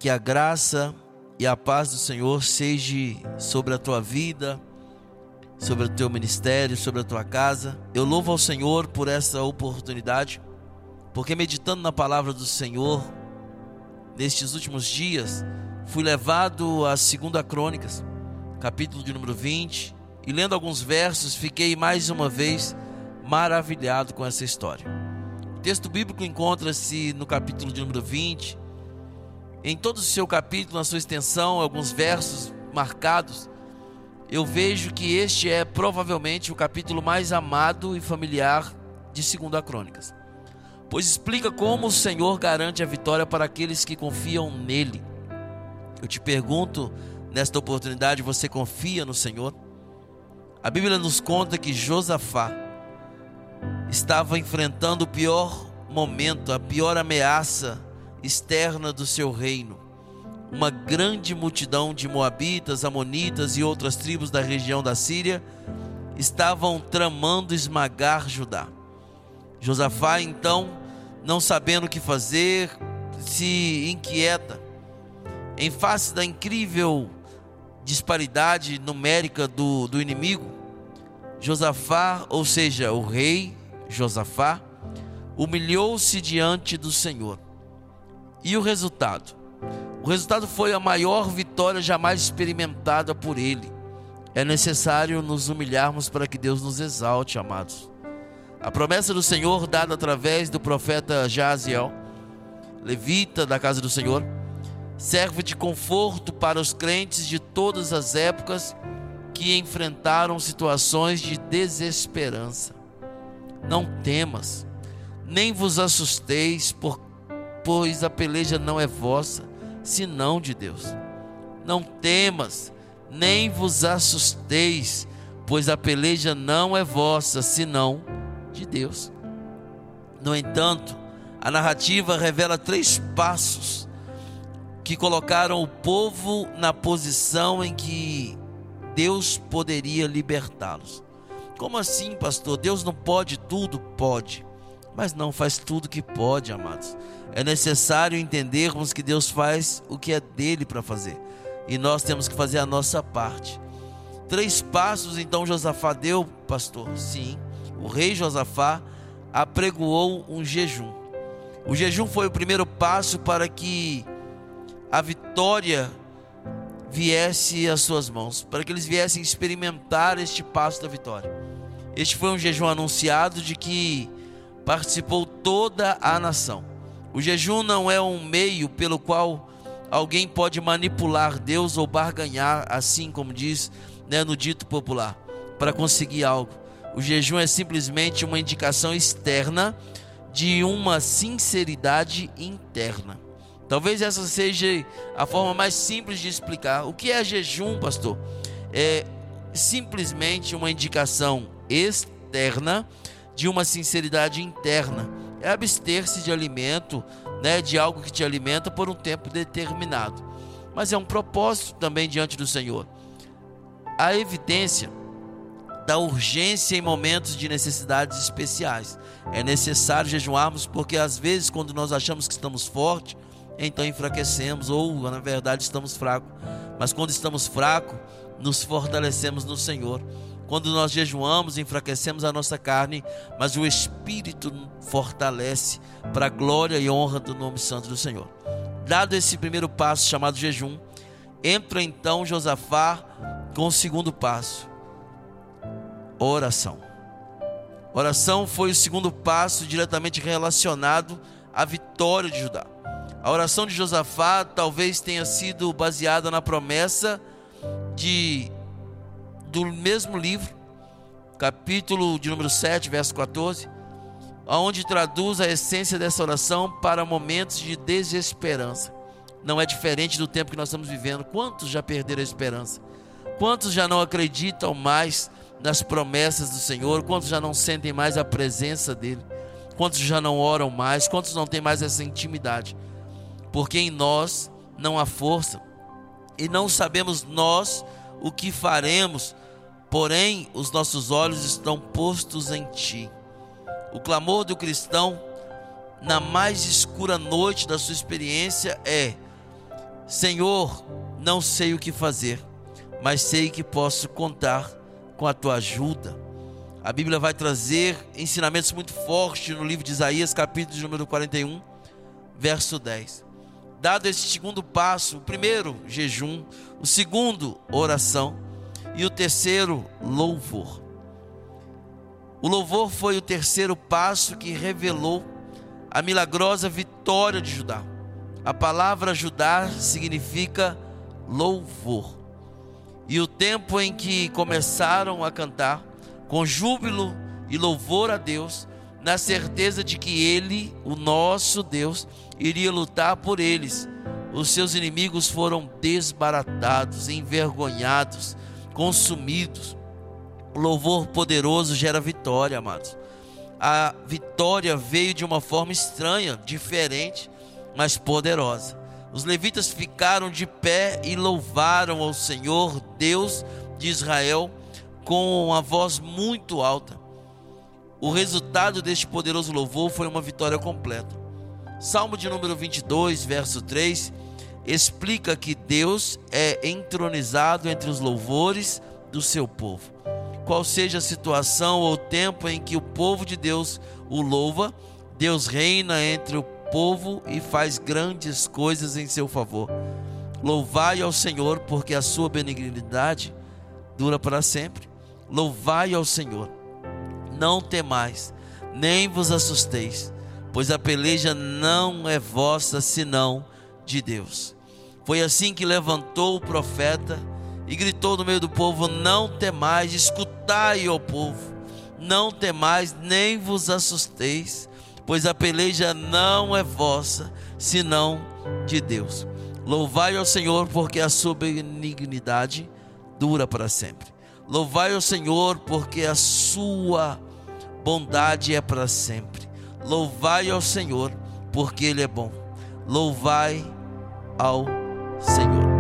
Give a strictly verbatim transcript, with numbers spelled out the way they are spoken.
Que a graça e a paz do Senhor seja sobre a tua vida, sobre o teu ministério, sobre a tua casa. Eu louvo ao Senhor por essa oportunidade, porque meditando na palavra do Senhor, nestes últimos dias, fui levado a segunda Crônicas, capítulo de número vinte, e lendo alguns versos, fiquei mais uma vez maravilhado com essa história. O texto bíblico encontra-se no capítulo de número vinte, em todo o seu capítulo, na sua extensão, alguns versos marcados. Eu vejo que este é provavelmente o capítulo mais amado e familiar de segunda Crônicas, pois explica como o Senhor garante a vitória para aqueles que confiam nele. Eu te pergunto, nesta oportunidade, você confia no Senhor? A Bíblia nos conta que Josafá estava enfrentando o pior momento, a pior ameaça externa do seu reino. Uma grande multidão de moabitas, amonitas e outras tribos da região da Síria estavam tramando esmagar Judá. Josafá, então, não sabendo o que fazer, se inquieta. Em face da incrível disparidade numérica do, do inimigo, Josafá, ou seja, o rei Josafá, humilhou-se diante do Senhor. E o resultado? O resultado foi a maior vitória jamais experimentada por ele. É necessário nos humilharmos para que Deus nos exalte, amados. A promessa do Senhor, dada através do profeta Jaziel, levita da casa do Senhor, serve de conforto para os crentes de todas as épocas que enfrentaram situações de desesperança. Não temas, nem vos assusteis, por, pois a peleja não é vossa, senão de Deus. Não temas, nem vos assusteis, pois a peleja não é vossa, senão de Deus. No entanto, a narrativa revela três passos que colocaram o povo na posição em que Deus poderia libertá-los. Como assim, pastor? Deus não pode tudo? Pode, mas não faz tudo que pode, amados. É necessário entendermos que Deus faz o que é dele para fazer, e nós temos que fazer a nossa parte. Três passos então Josafá deu, pastor? Sim, o rei Josafá apregoou um jejum. O jejum foi o primeiro passo para que a vitória viesse às suas mãos, para que eles viessem experimentar este passo da vitória. Este foi um jejum anunciado de que participou toda a nação. O jejum não é um meio pelo qual alguém pode manipular Deus ou barganhar, assim como diz, né, no dito popular, para conseguir algo. O jejum é simplesmente uma indicação externa de uma sinceridade interna. Talvez essa seja a forma mais simples de explicar. O que é jejum, pastor? É simplesmente uma indicação externa de uma sinceridade interna. É abster-se de alimento, né, de algo que te alimenta por um tempo determinado. Mas é um propósito também diante do Senhor. A evidência da urgência em momentos de necessidades especiais. É necessário jejuarmos, porque às vezes quando nós achamos que estamos fortes, então enfraquecemos, ou na verdade estamos fracos. Mas quando estamos fracos, nos fortalecemos no Senhor. Quando nós jejuamos, enfraquecemos a nossa carne, mas o Espírito fortalece para a glória e honra do nome santo do Senhor. Dado esse primeiro passo chamado jejum, entra então Josafá com o segundo passo: oração. Oração foi o segundo passo diretamente relacionado à vitória de Judá. A oração de Josafá talvez tenha sido baseada na promessa de do mesmo livro, capítulo de número sete, verso quatorze, onde traduz a essência dessa oração para momentos de desesperança. Não é diferente do tempo que nós estamos vivendo. Quantos já perderam a esperança? Quantos já não acreditam mais nas promessas do Senhor? Quantos já não sentem mais a presença dele? Quantos já não oram mais? Quantos não têm mais essa intimidade? Porque em nós não há força, e não sabemos nós o que faremos, porém os nossos olhos estão postos em Ti. O clamor do cristão na mais escura noite da sua experiência é: Senhor, não sei o que fazer, mas sei que posso contar com a tua ajuda. A Bíblia vai trazer ensinamentos muito fortes no livro de Isaías, capítulo de número quarenta e um, verso dez. Dado esse segundo passo, o primeiro, jejum, o segundo, oração, e o terceiro, louvor. O louvor foi o terceiro passo que revelou a milagrosa vitória de Judá. A palavra Judá significa louvor. E o tempo em que começaram a cantar com júbilo e louvor a Deus, na certeza de que Ele, o nosso Deus, iria lutar por eles. Os seus inimigos foram desbaratados, envergonhados, consumidos. O louvor poderoso gera vitória, amados. A vitória veio de uma forma estranha, diferente, mas poderosa. Os levitas ficaram de pé e louvaram ao Senhor, Deus de Israel, com uma voz muito alta. O resultado deste poderoso louvor foi uma vitória completa. Salmo de número vinte e dois, verso três, explica que Deus é entronizado entre os louvores do seu povo. Qual seja a situação ou tempo em que o povo de Deus o louva, Deus reina entre o povo e faz grandes coisas em seu favor. Louvai ao Senhor, porque a sua benignidade dura para sempre. Louvai ao Senhor, não temais, nem vos assusteis, pois a peleja não é vossa, senão de Deus. Foi assim que levantou o profeta e gritou no meio do povo: não temais, escutai, ó povo, não temais, nem vos assusteis, pois a peleja não é vossa, senão de Deus. Louvai ao Senhor, porque a sua benignidade dura para sempre. Louvai ao Senhor, porque a sua bondade é para sempre. Louvai ao Senhor, porque Ele é bom. Louvai ao Senhor.